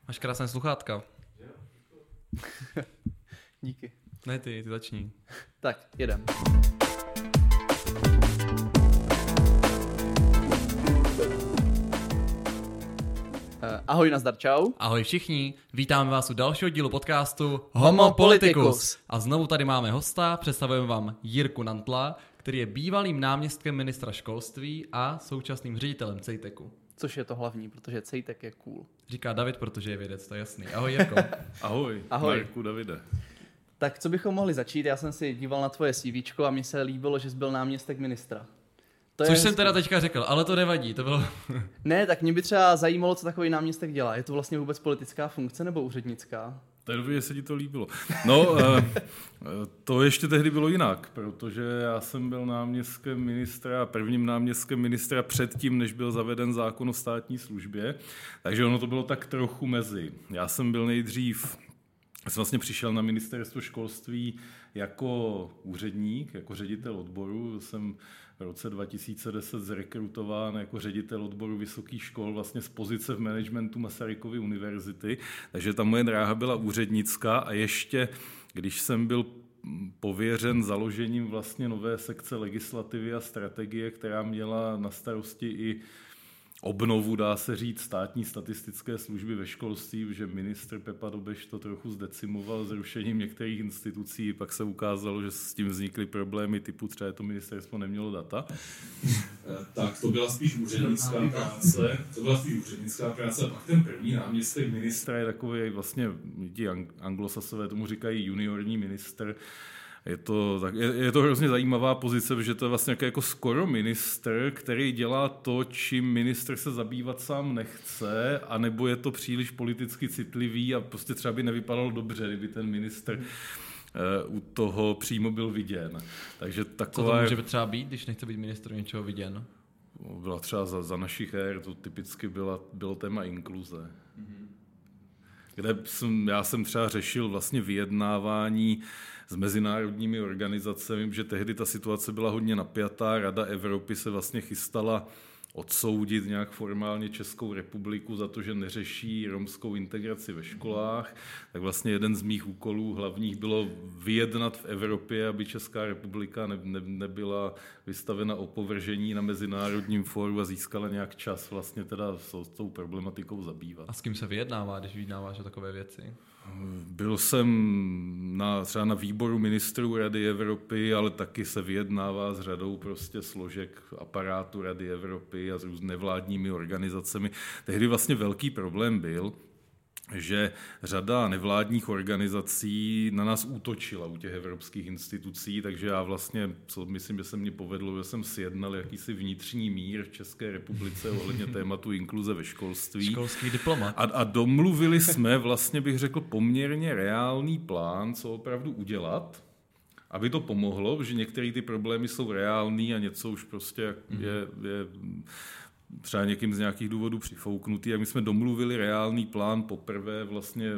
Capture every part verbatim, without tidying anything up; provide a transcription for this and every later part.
Máš krásné sluchátka. Díky. Ne ty, ty začni. Tak, jedem. Ahoj, nazdar, čau. Ahoj všichni, vítáme vás u dalšího dílu podcastu Homo Politicus. A znovu tady máme hosta, představujeme vám Jirku Nantla, který je bývalým náměstkem ministra školství a současným ředitelem CEJTECu. Což je to hlavní, protože CEJTEC je cool. Říká David, protože je vědec, to je jasný. Ahoj Jirko. Ahoj, Ahoj. Marku, Davide. Tak co bychom mohli začít? Já jsem si díval na tvoje CVčko a mně se líbilo, že jsi byl náměstek ministra. To Což je... jsem teda teďka řekl, ale to nevadí, to bylo... Ne, tak mě by třeba zajímalo, co takový náměstek dělá. Je to vlastně vůbec politická funkce nebo úřednická? To je dobré, že se ti to líbilo. No, to ještě tehdy bylo jinak, protože já jsem byl náměstkem ministra, prvním náměstkem ministra předtím, než byl zaveden zákon o státní službě, takže ono to bylo tak trochu mezi. Já jsem byl nejdřív, já jsem vlastně přišel na ministerstvo školství jako úředník, jako ředitel odboru, byl jsem v roce dva tisíce deset zrekrutován jako ředitel odboru vysokých škol vlastně z pozice v managementu Masarykovy univerzity, takže ta moje dráha byla úřednická a ještě, když jsem byl pověřen založením vlastně nové sekce legislativy a strategie, která měla na starosti i obnovu, dá se říct, státní statistické služby ve školství, že ministr Pepa Dobeš to trochu zdecimoval zrušením některých institucí, pak se ukázalo, že s tím vznikly problémy typu třeba to ministerstvo nemělo data. Tak to byla spíš úřednická práce, to byla spíš úřednická práce a pak ten první náměstek ministra je takový vlastně, ti anglosasové tomu říkají juniorní ministr. Je to, tak, je, je to hrozně zajímavá pozice, protože to je vlastně jako skoro ministr, který dělá to, čím ministr se zabývat sám nechce, anebo je to příliš politicky citlivý a prostě třeba by nevypadalo dobře, kdyby ten ministr uh, u toho přímo byl viděn. Takže taková... Co to může třeba být, když nechce být ministr něčeho viděn? Byla třeba za, za našich ér, to typicky byla, bylo téma inkluze. Mm-hmm. Kde jsem, já jsem třeba řešil vlastně vyjednávání s mezinárodními organizacemi, že tehdy ta situace byla hodně napjatá. Rada Evropy se vlastně chystala odsoudit nějak formálně Českou republiku za to, že neřeší romskou integraci ve školách. Tak vlastně jeden z mých úkolů hlavních bylo vyjednat v Evropě, aby Česká republika ne, ne, nebyla vystavena opovržení na mezinárodním fóru a získala nějak čas vlastně teda s tou problematikou zabývat. A s kým se vyjednává, když vyjednáváš o takové věci? Byl jsem na, třeba na výboru ministrů Rady Evropy, ale taky se vyjednává s řadou prostě složek aparátu Rady Evropy a s různými nevládními organizacemi. Tehdy vlastně velký problém byl, že řada nevládních organizací na nás útočila u těch evropských institucí, takže já vlastně, co myslím, že se mně povedlo, že jsem sjednal jakýsi vnitřní mír v České republice ohledně tématu inkluze ve školství. Školský diplomat. A, a domluvili jsme vlastně, bych řekl, poměrně reálný plán, co opravdu udělat, aby to pomohlo, že některé ty problémy jsou reální a něco už prostě je... je třeba někým z nějakých důvodů přifouknutý, a my jsme domluvili reálný plán poprvé vlastně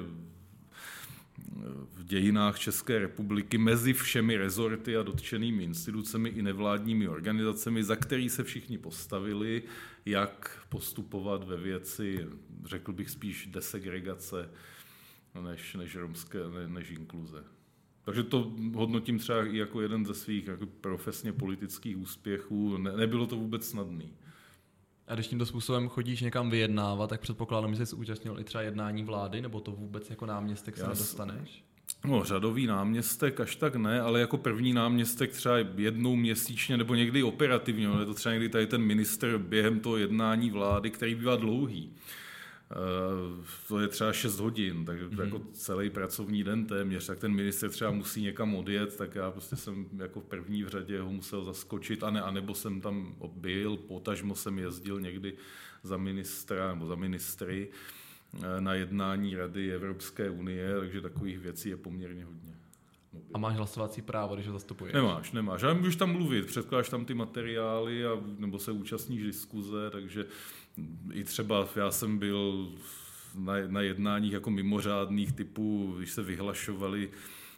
v dějinách České republiky mezi všemi rezorty a dotčenými institucemi i nevládními organizacemi, za který se všichni postavili, jak postupovat ve věci, řekl bych spíš desegregace než, než romské, ne, než inkluze. Takže to hodnotím třeba i jako jeden ze svých jako profesně politických úspěchů. Ne, nebylo to vůbec snadný. A když tímto způsobem chodíš někam vyjednávat, tak předpokládám, že jsi účastnil i třeba jednání vlády, nebo to vůbec jako náměstek se nedostaneš? No, řadový náměstek až tak ne, ale jako první náměstek třeba jednou měsíčně, nebo někdy operativně, je to třeba někdy tady ten ministr během toho jednání vlády, který bývá dlouhý. To je třeba šest hodin, takže mm-hmm. jako celý pracovní den téměř, tak ten ministr třeba musí někam odjet, tak já prostě jsem jako v první v řadě ho musel zaskočit, a ne, anebo jsem tam byl, potažmo jsem jezdil někdy za ministra nebo za ministry na jednání Rady Evropské unie, takže takových věcí je poměrně hodně. A máš hlasovací právo, když ho zastupuješ? Nemáš, nemáš. Ale můžeš tam mluvit, předkládáš tam ty materiály a, nebo se účastníš diskuze, takže i třeba já jsem byl na, na jednáních jako mimořádných typů, když se vyhlašovaly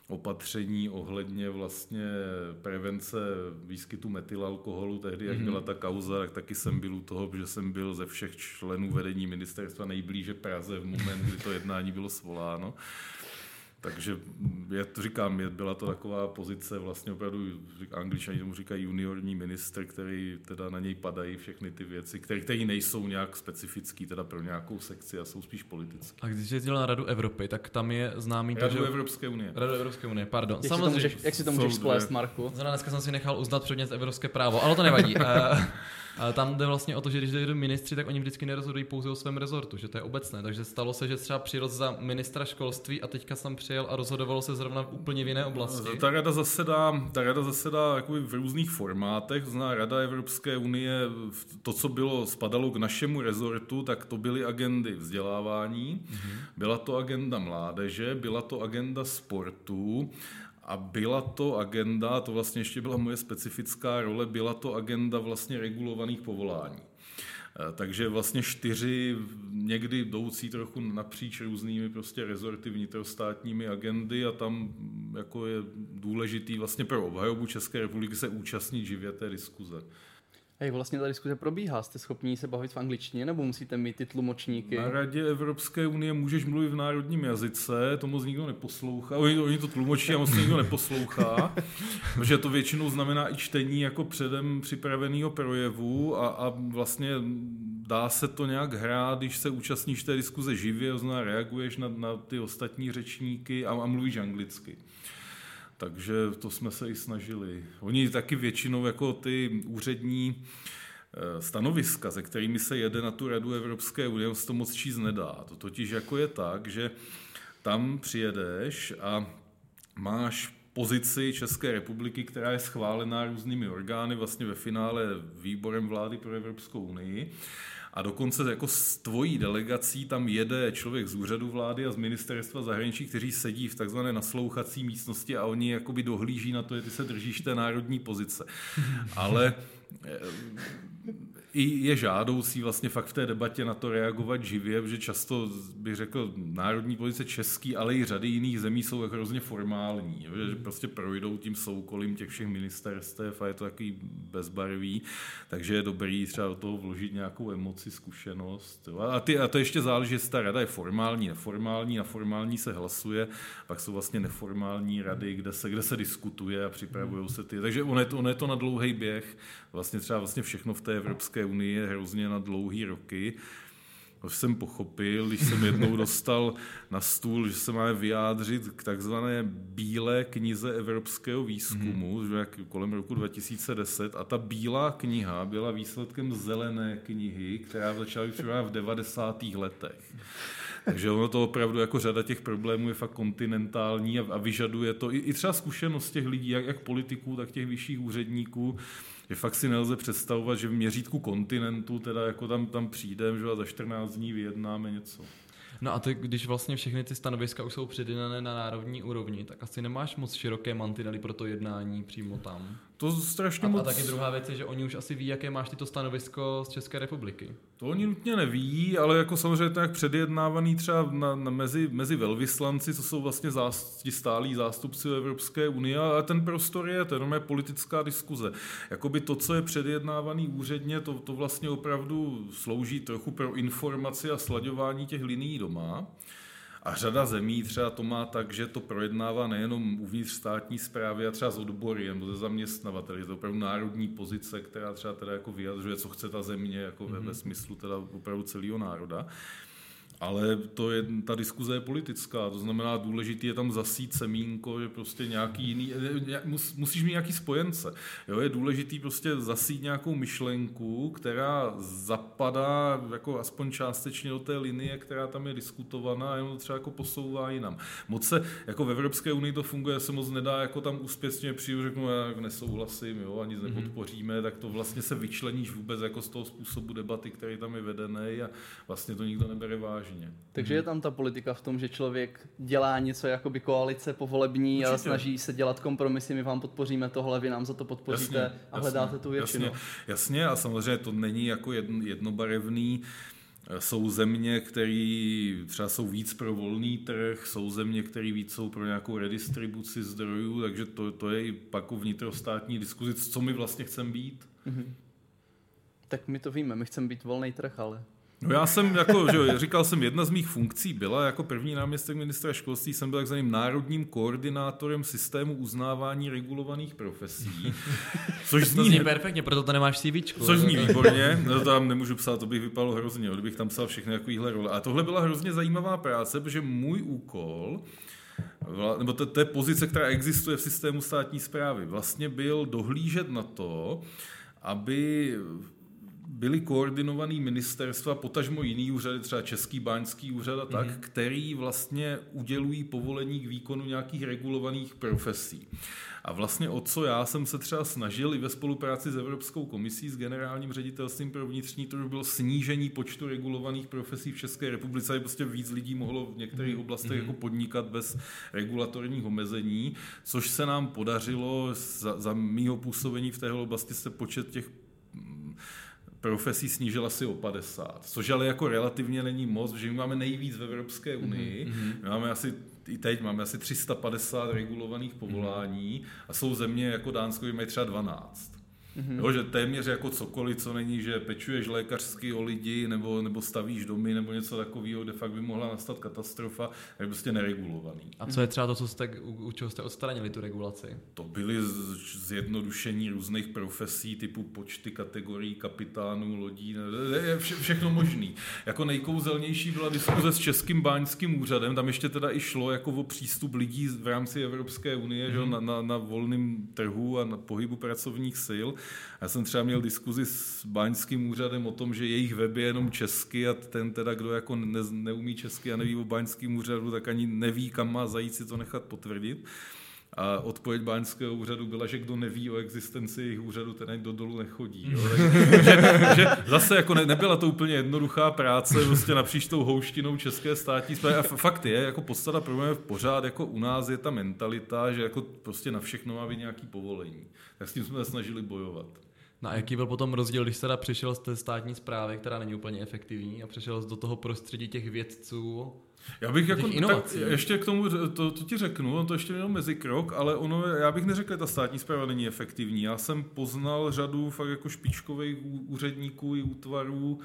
opatření ohledně vlastně prevence výskytu metylalkoholu. Tehdy, jak Mhm. byla ta kauza, tak taky jsem byl u toho, že jsem byl ze všech členů vedení ministerstva nejblíže Praze v moment, kdy to jednání bylo svoláno. Takže já to říkám, byla to taková pozice vlastně opravdu, Angličani tomu říkají juniorní ministr, který teda na něj padají všechny ty věci, které, které nejsou nějak specifický teda pro nějakou sekci a jsou spíš politické. A když jezdil na Radu Evropy, tak tam je známý to, Radu že... Evropské unie. Radu Evropské unie, pardon. Jak, Samozřejmě. Si to můžeš, jak si to můžeš Jsou splést, dvě. Marku? Zrovna dneska jsem si nechal uznat předmět evropské právo, ale to nevadí. Eh, eh, Tam jde vlastně o to, že když jdou ministři, tak oni vždycky nerozhodují pouze o svém rezortu, že to je obecné. Takže stalo se, že třeba přijel za ministra školství a teďka jsem přijel a rozhodovalo se zrovna v úplně v jiné oblasti. Ta rada zasedá, ta rada zasedá jakoby v různých formátech, zná Rada Evropské unie, to, co bylo, spadalo k našemu rezortu, tak to byly agendy vzdělávání, mm-hmm. byla to agenda mládeže, byla to agenda sportu, a byla to agenda, to vlastně ještě byla moje specifická role, byla to agenda vlastně regulovaných povolání. Takže vlastně čtyři někdy jdoucí trochu napříč různými prostě rezorty vnitrostátními agendy a tam jako je důležitý vlastně pro obhajobu České republiky se účastnit živě té diskuze. A jak vlastně ta diskuze probíhá? Jste schopni se bavit v angličtině nebo musíte mít ty tlumočníky? Na Radě Evropské unie můžeš mluvit v národním jazyce, to moc nikdo neposlouchá, oni, oni to tlumočí a moc nikdo neposlouchá, protože to většinou znamená i čtení jako předem připraveného projevu a, a vlastně dá se to nějak hrát, když se účastníš té diskuze živě, ozná reaguješ na, na ty ostatní řečníky a, a mluvíš anglicky. Takže to jsme se i snažili. Oni taky většinou jako ty úřední stanoviska, se kterými se jede na tu Radu Evropské unie, se to moc číst nedá. To totiž jako je tak, že tam přijedeš a máš pozici České republiky, která je schválená různými orgány, vlastně ve finále výborem vlády pro Evropskou unii. A dokonce jako s tvojí delegací tam jede člověk z úřadu vlády a z ministerstva zahraničí, kteří sedí v takzvané naslouchací místnosti a oni jakoby dohlíží na to, že ty se držíš té národní pozice. Ale i je žádoucí vlastně fakt v té debatě na to reagovat živě, protože často bych řekl, národní pozice český, ale i řady jiných zemí jsou jako hrozně formální, že prostě projdou tím soukolím těch všech ministerstev a je to takový bezbarvý, takže je dobrý třeba do toho vložit nějakou emoci, zkušenost. A, ty, a to ještě záleží, jestli ta rada je formální, neformální, na formální se hlasuje, pak jsou vlastně neformální rady, kde se, kde se diskutuje a připravují se ty. Takže ono je to, ono je to na dlouhý běh, vlastně třeba vlastně všechno v té Evropské unii je hrozně na dlouhý roky. To jsem pochopil, když jsem jednou dostal na stůl, že se máme vyjádřit k takzvané bílé knize evropského výzkumu, mm. že kolem roku dva tisíce deset, a ta bílá kniha byla výsledkem zelené knihy, která začala být v devadesátých letech. Takže ono to opravdu jako řada těch problémů je fakt kontinentální a, a vyžaduje to i, i třeba zkušenost těch lidí, jak, jak politiků, tak těch vyšších úředníků, že fakt si nelze představovat, že v měřítku kontinentu teda jako tam, tam přijdeme, že a za čtrnáct dní vyjednáme něco. No a ty, když vlastně všechny ty stanoviska už jsou předjednané na národní úrovni, tak asi nemáš moc široké mantinely pro to jednání přímo tam. To strašně a, moc... A taky druhá věc je, že oni už asi ví, jaké máš ty to stanovisko z České republiky. To oni nutně neví, ale jako samozřejmě to jak předjednávaný třeba na, na mezi, mezi velvyslanci, co jsou vlastně zást, stálí zástupci Evropské unie, a ten prostor je, to je politická diskuze. Jakoby to, co je předjednávaný úředně, to, to vlastně opravdu slouží trochu pro informaci a slaďování těch linií doma. A řada zemí třeba to má tak, že to projednává nejenom uvnitř státní správy a třeba z odbory, nebo ze zaměstnavateli. Je to opravdu národní pozice, která třeba teda jako vyjadřuje, co chce ta země jako mm-hmm. ve, ve smyslu teda opravdu celého národa. Ale to je, ta diskuze je politická, to znamená důležitý je tam zasít semínko, že prostě nějaký jiný, mus, musíš mít nějaký spojence. Jo, je důležitý prostě zasít nějakou myšlenku, která zapadá jako aspoň částečně do té linie, která tam je diskutovaná a jenom to třeba jako posouvá jinam. Moc se, jako v Evropské unii to funguje, se moc nedá jako tam úspěšně přijdu, řeknu, já nesouhlasím, jo, a nic mm-hmm. nepodpoříme, tak to vlastně se vyčleníš vůbec jako z toho způsobu debaty, který tam je vedený a vlastně to nikdo nebere vážně. Takže je tam ta politika v tom, že člověk dělá něco jakoby koalice povolební. Určitě. A snaží se dělat kompromisy, my vám podpoříme tohle, vy nám za to podpoříte, jasně, a hledáte jasně, tu většinu. Jasně, jasně, a samozřejmě to není jako jednobarevný. Jsou země, které třeba jsou víc pro volný trh, jsou země, které víc jsou pro nějakou redistribuci zdrojů, takže to, to je i pak o vnitrostátní diskuzi, co my vlastně chceme být. Mm-hmm. Tak my to víme, my chceme být volný trh, ale... No já jsem, jako, že říkal jsem, jedna z mých funkcí byla, jako první náměstek ministra školství, jsem byl takzvaným národním koordinátorem systému uznávání regulovaných profesí. Což zní, to zní perfektně, proto to nemáš CVčku. Což zní výborně, no to tam nemůžu psát, to bych vypadalo hrozně, kdybych tam psal všechny takovýhle role. A tohle byla hrozně zajímavá práce, protože můj úkol, nebo to, to je pozice, která existuje v systému státní správy, vlastně byl dohlížet na to, aby byly koordinovaný ministerstva, potažmo jiný úřady, třeba Český báňský úřad a tak, mm-hmm. který vlastně udělují povolení k výkonu nějakých regulovaných profesí. A vlastně o co já jsem se třeba snažil i ve spolupráci s Evropskou komisí, s generálním ředitelstvím pro vnitřní trh, bylo snížení počtu regulovaných profesí v České republice, aby prostě víc lidí mohlo v některých oblastech mm-hmm. jako podnikat bez regulatorních omezení, což se nám podařilo. Za, za mýho působení v téhle oblasti se počet těch profesí snížil asi o padesát, což ale jako relativně není moc, protože my máme nejvíc v Evropské unii, mm-hmm. my máme asi, i teď máme asi tři sta padesát regulovaných povolání a jsou země jako Dánsko, které mají třeba dvanáct. Mm-hmm. Jo, že téměř jako cokoliv, co není, že pečuješ lékařsky o lidi nebo, nebo stavíš domy nebo něco takového, kde fakt by mohla nastat katastrofa, je prostě neregulovaný. A co je třeba to, co jste, u čeho jste odstranili tu regulaci? To byly zjednodušení různých profesí typu počty kategorií kapitánů, lodí, vše, všechno možný. Jako nejkouzelnější byla diskuze s Českým báňským úřadem, tam ještě teda i šlo jako o přístup lidí v rámci Evropské unie, mm-hmm. že, na, na, na volném trhu a na pohybu pracovních sil. Já jsem třeba měl diskuzi s báňským úřadem o tom, že jejich web je jenom česky a ten teda, kdo jako ne, neumí česky a neví o báňským úřadu, tak ani neví, kam má zajít si to nechat potvrdit. A odpověď báňského úřadu byla, že kdo neví o existenci jejich úřadu, ten ani do dolu nechodí. Jo. Takže, že zase jako ne, nebyla to úplně jednoduchá práce prostě napříč tou houštinou české státní správy. A fakt je, jako podstata problému pořád, jako u nás je ta mentalita, že jako prostě na všechno má být nějaký povolení. Tak s tím jsme se snažili bojovat. No a jaký byl potom rozdíl, když teda přišel z té státní správy, která není úplně efektivní, a přišel do toho prostředí těch vědců? Já bych jako, tak ještě k tomu, to, to ti řeknu, to ještě jenom mezikrok, ale ono, já bych neřekl, že ta státní správa není efektivní. Já jsem poznal řadu fakt jako špičkových úředníků i útvarů.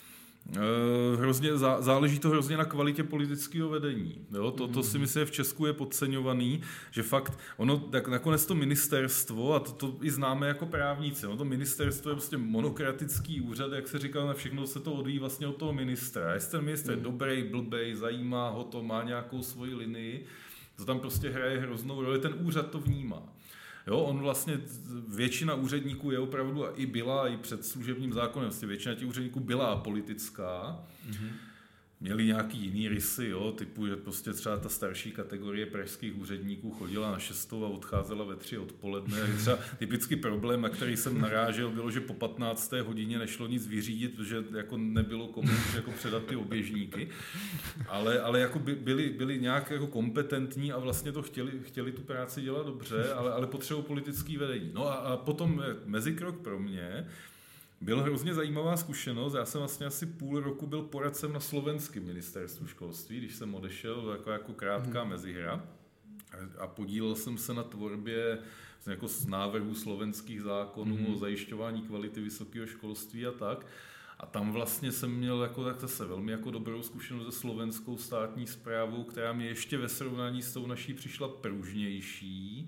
E, hrozně, zá, záleží to hrozně na kvalitě politického vedení. Jo? To, to si myslím, že v Česku je podceňovaný, že fakt, ono tak nakonec to ministerstvo, a to, to i známe jako právníci, no, to ministerstvo je prostě monokratický úřad, jak se říkal, na všechno se to odvíjí vlastně od toho ministra. Jestli ten ministr je mm. dobrý, blbej, zajímá ho to, má nějakou svoji linii, to tam prostě hraje hroznou roli, ten úřad to vnímá. Jo, on vlastně, většina úředníků je opravdu, a i byla, i před služebním zákonem, vlastně většina těch úředníků byla politická, mm-hmm. měli nějaký jiný rysy, jo, typu, že prostě třeba ta starší kategorie pražských úředníků chodila na šestou a odcházela ve tři odpoledne. A třeba typický problém, na který jsem narážel, bylo, že po patnácté hodině nešlo nic vyřídit, protože jako nebylo komu jako předat ty oběžníky, ale, ale jako by, byli, byli nějak jako kompetentní a vlastně to chtěli, chtěli tu práci dělat dobře, ale, ale potřebují politický vedení. No a, a potom mezikrok pro mě byla hrozně zajímavá zkušenost. Já jsem vlastně asi půl roku byl poradcem na slovenském ministerstvu školství, když jsem odešel, jako, jako krátká mm. mezihra. A podílel jsem se na tvorbě jako z návrhů slovenských zákonů mm. o zajišťování kvality vysokého školství a tak. A tam vlastně jsem měl jako, tak zase velmi jako dobrou zkušenost se slovenskou státní správou, která mě ještě ve srovnání s tou naší přišla pružnější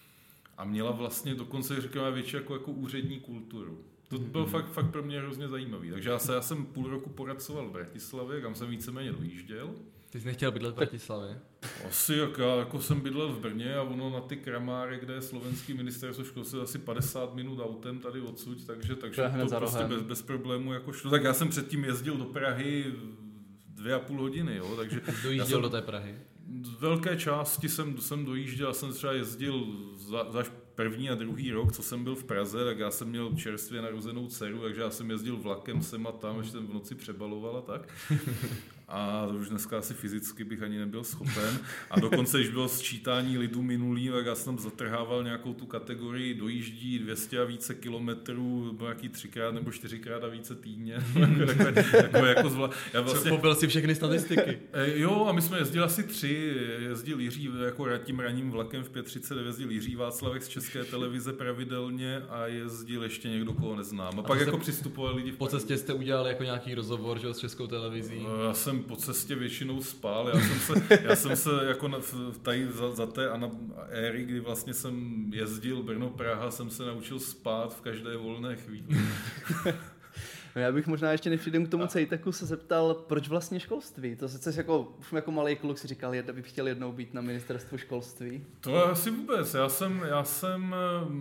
a měla vlastně dokonce, řekněme, větší jako, jako úřední kulturu. To bylo mm-hmm. fakt, fakt pro mě hrozně zajímavý. Takže já, se, já jsem půl roku poradcoval v Bratislavě, kam jsem víceméně dojížděl. Ty jsi nechtěl bydlet v Bratislavě? Asi jak já jako jsem bydlel v Brně a ono na ty Kramáry, kde je slovenský ministerstvo školství, asi padesát minut autem tady odsud, takže, takže to, to prostě bez, bez problémů jako šlo. Tak já jsem předtím jezdil do Prahy dvě a půl hodiny, jo, takže... Dojížděl jsem, do té Prahy? Z velké části jsem, jsem dojížděl, jsem třeba jezdil za, za první a druhý rok, co jsem byl v Praze, tak já jsem měl čerstvě narozenou dceru, takže já jsem jezdil vlakem sem a tam, až jsem v noci přebaloval a tak. A, a to už dneska asi fyzicky bych ani nebyl schopen. A dokonce, když bylo sčítání lidu minulý, tak já jsem zatrhával nějakou tu kategorii dojíždí dvě stě a více kilometrů, nějaký třikrát nebo čtyřikrát a více týdně. takové, takové jako zvla... já vlastně... Pobyl si všechny statistiky. Jo, a my jsme jezdili asi tři. Jezdil Jiří, jako tím ranním vlakem v pět třicet devět jezdil Jiří Václavek z České televize pravidelně a jezdil ještě někdo, koho neznám. A, a pak jako přistupovali lidi. Po cestě jste udělali jako nějaký rozhovor, že, s Českou televizí? Já jsem po cestě většinou spál. Já jsem se, já jsem se jako na, tady za, za té éry, kdy vlastně jsem jezdil Brno, Praha, jsem se naučil spát v každé volné chvíli. No já bych možná ještě než přijdem k tomu cejteku se zeptal, proč vlastně školství? To se jako, už jako malý kluk si říkal, že bych chtěl jednou být na ministerstvu školství. To asi vůbec. Já jsem, já jsem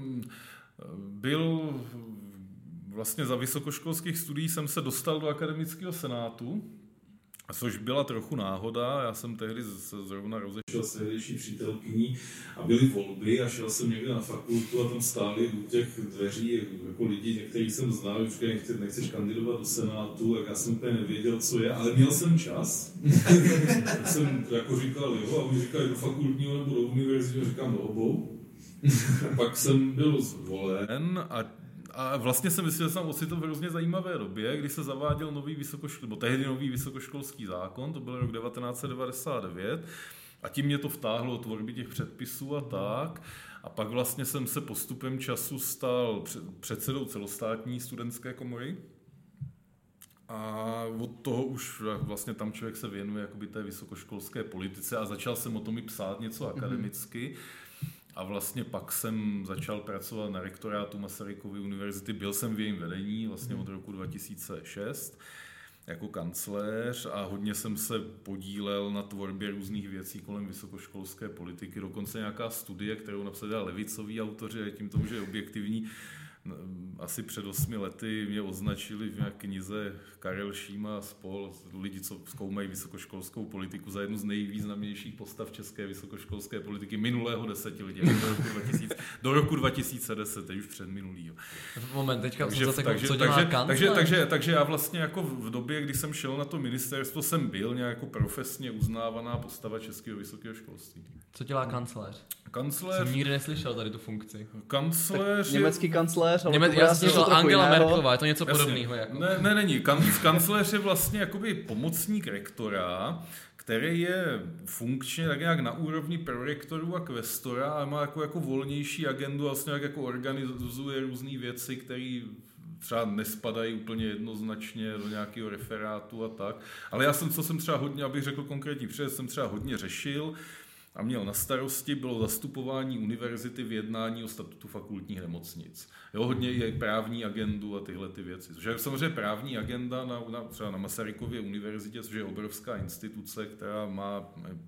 byl vlastně za vysokoškolských studií jsem se dostal do akademického senátu, což byla trochu náhoda. Já jsem tehdy se zrovna rozešel s tehdejší přítelkyní a byly volby a šel jsem někde na fakultu a tam stáli u těch dveří jako lidi, některý jsem znal, už nechci, nechceš kandidovat do senátu, tak já jsem úplně nevěděl, co je, ale měl jsem čas. Tak jsem jako říkal, jo, a oni říkali do fakultního nebo do univerzity, říkám do obou. A pak jsem byl zvolen a A vlastně jsem myslel, že jsem ocitl v hrozně zajímavé době, kdy se zaváděl nový vysokoškolský, nebo tehdy nový vysokoškolský zákon, to byl rok devatenáct set devadesát devět, a tím mě to vtáhlo do tvorby těch předpisů a tak. A pak vlastně jsem se postupem času stal předsedou celostátní studentské komory. A od toho už vlastně tam člověk se věnuje jakoby té vysokoškolské politice a začal jsem o tom i psát něco akademicky. A vlastně pak jsem začal pracovat na rektorátu Masarykovy univerzity, byl jsem v jejím vedení vlastně od roku dva tisíce šest jako kancléř a hodně jsem se podílel na tvorbě různých věcí kolem vysokoškolské politiky, dokonce nějaká studie, kterou napsali levicoví autoři, a tím tomu, že je objektivní, asi před osmi lety mě označili v nějaké knize Karel Šíma a spol, lidi, co zkoumají vysokoškolskou politiku, za jednu z nejvýznamnějších postav české vysokoškolské politiky minulého desetiletí, do roku dva tisíce, do roku dva tisíce deset, teď už předminulýho. Moment, teďka takže, zase takže, co dělá takže, kancléř? takže, takže, takže já vlastně jako v době, kdy jsem šel na to ministerstvo, jsem byl nějak jako profesně uznávaná postava českého vysokého školství. Co dělá kancléř? Kancléř... Jsem nikdy neslyšel tady tu funkci. Kancléř... Tak německý kancléř, ale Němec, to já jsem slyšel Angela Merkelová, je to něco Jasně. podobného. Jako. Ne, ne, není. Kan, kancléř je vlastně jakoby pomocník rektora, který je funkčně tak nějak na úrovni prorektorů a kvestora a má jako, jako volnější agendu, vlastně jako organizuje různé věci, které třeba nespadají úplně jednoznačně do nějakého referátu a tak. Ale já jsem, co jsem třeba hodně, abych řekl konkrétní příklad, jsem třeba hodně řešil a měl na starosti, bylo zastupování univerzity v jednání o statutu fakultních nemocnic. Jo, hodně je právní agendu a tyhle ty věci. Což je samozřejmě právní agenda na, na, třeba na Masarykově univerzitě, což je obrovská instituce, která má,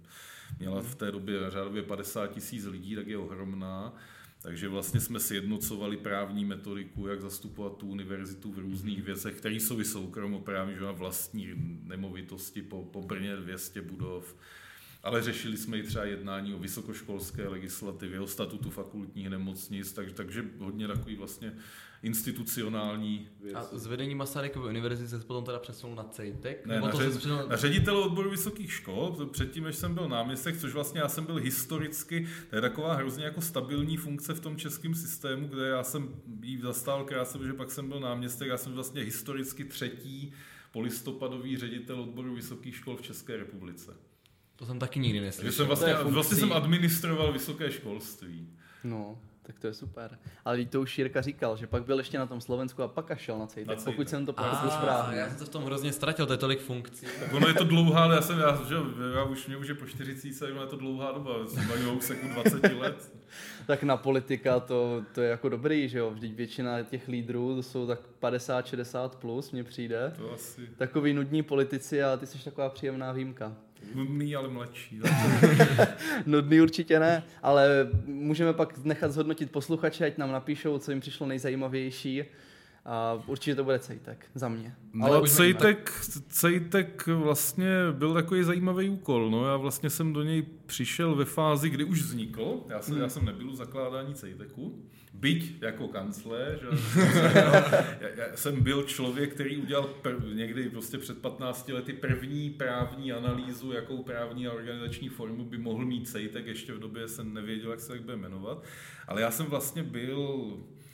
měla v té době řádově padesát tisíc lidí, tak je ohromná. Takže vlastně jsme sjednocovali právní metodiku, jak zastupovat tu univerzitu v různých věcech, které jsou i soukromoprávní, že na vlastní nemovitosti po, po Brně dvě stě budov. Ale řešili jsme i třeba jednání o vysokoškolské legislativě, o statutu fakultních nemocnic, takže, takže hodně takový vlastně institucionální věc. A z vedení Masarykovy univerzity se potom teda přesunul na CEJTEK? Ne, na, to řed, přesunul... na ředitele odboru vysokých škol, předtím, než jsem byl náměstek, což vlastně já jsem byl historicky, to je taková hrozně jako stabilní funkce v tom českém systému, kde já jsem jí zastál krátce, protože pak jsem byl náměstek, já jsem vlastně historicky třetí polistopadový ředitel odboru vysokých škol v České republice. To jsem taky nikdy neslyšel. Jsem vlastně, vlastně jsem administroval vysoké školství. No, tak to je super. Ale teď to už Jirka říkal, že pak byl ještě na tom Slovensku a pak šel na CEJTEK, pokud jsem to pochopil správně. Já jsem to v tom hrozně ztratil, to je tolik funkcí. Tak ono je to dlouhá, ale já jsem, já, že, já už mě už je po čtyřicítce, je to dlouhá doba, jsem na úseku dvacet let. Tak na politika to, to je jako dobrý, že jo, vždyť většina těch lídrů to jsou tak padesát šedesát plus, mně přijde. To asi. Takový nudní politici a ty jsi taková příjemná výjimka. Nudný, ale mladší. Nudný určitě ne, ale můžeme pak nechat zhodnotit posluchače, ať nám napíšou, co jim přišlo nejzajímavější. A určitě to bude Cejtek, za mě. No Ale a Cejtek, Cejtek vlastně byl takový zajímavý úkol. No, já vlastně jsem do něj přišel ve fázi, kdy už vznikl. Já jsem, hmm. já jsem nebyl u zakládání Cejteku. Byť jako kancléř. já, já jsem byl člověk, který udělal prv, někdy prostě před patnácti lety první právní analýzu, jakou právní a organizační formu by mohl mít Cejtek. Ještě v době jsem nevěděl, jak se tak bude jmenovat. Ale já jsem vlastně byl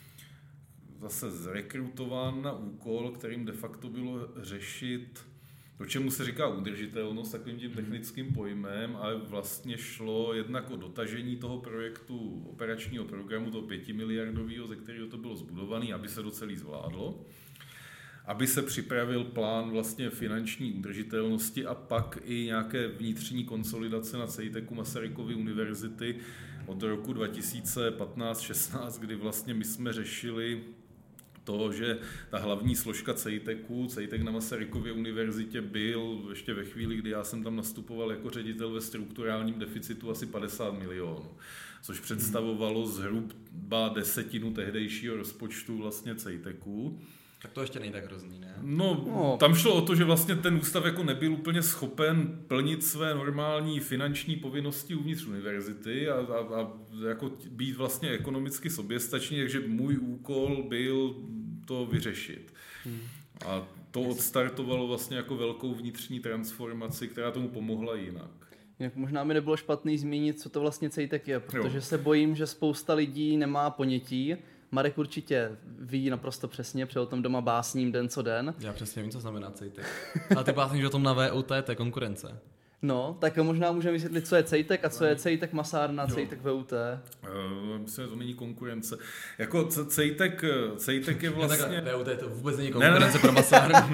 zase zrekrutován na úkol, kterým de facto bylo řešit to, čemu se říká udržitelnost, takovým tím technickým pojmem, ale vlastně šlo jednak o dotažení toho projektu operačního programu, toho pětimiliardového, ze kterého to bylo zbudované, aby se to celý zvládlo, aby se připravil plán vlastně finanční udržitelnosti a pak i nějaké vnitřní konsolidace na Cejteku Masarykovy univerzity od roku dva tisíce patnáct šestnáct, kdy vlastně my jsme řešili to, že ta hlavní složka Cejteku, Cejtek na Masarykově univerzitě byl ještě ve chvíli, kdy já jsem tam nastupoval jako ředitel ve strukturálním deficitu asi padesát milionů, což představovalo zhruba desetinu tehdejšího rozpočtu vlastně Cejteku. Tak to ještě není tak hrozný, ne? No, no, tam šlo o to, že vlastně ten ústav jako nebyl úplně schopen plnit své normální finanční povinnosti uvnitř univerzity a, a, a jako být vlastně ekonomicky soběstačný, takže můj úkol byl to vyřešit. Hmm. A to odstartovalo vlastně jako velkou vnitřní transformaci, která tomu pomohla jinak. Jinak možná mi nebylo špatný zmínit, co to vlastně Cejtek je, protože jo. se bojím, že spousta lidí nemá ponětí. Marek určitě ví naprosto přesně, protože o tom doma básním den co den. Já přesně vím, co znamená Cejtek. A ty básníš o tom na V U T, to je konkurence. No, tak možná můžeme vysvětlit, co je Cejtek a co je Cejtek Masárna, Cejtek V U T. Uh, myslím, že to není konkurence. Jako Cejtek, Cejtek je vlastně... V U T to vůbec není konkurence ne, ne. pro Masárnu.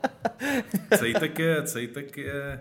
Cejtek je... Cejtek je...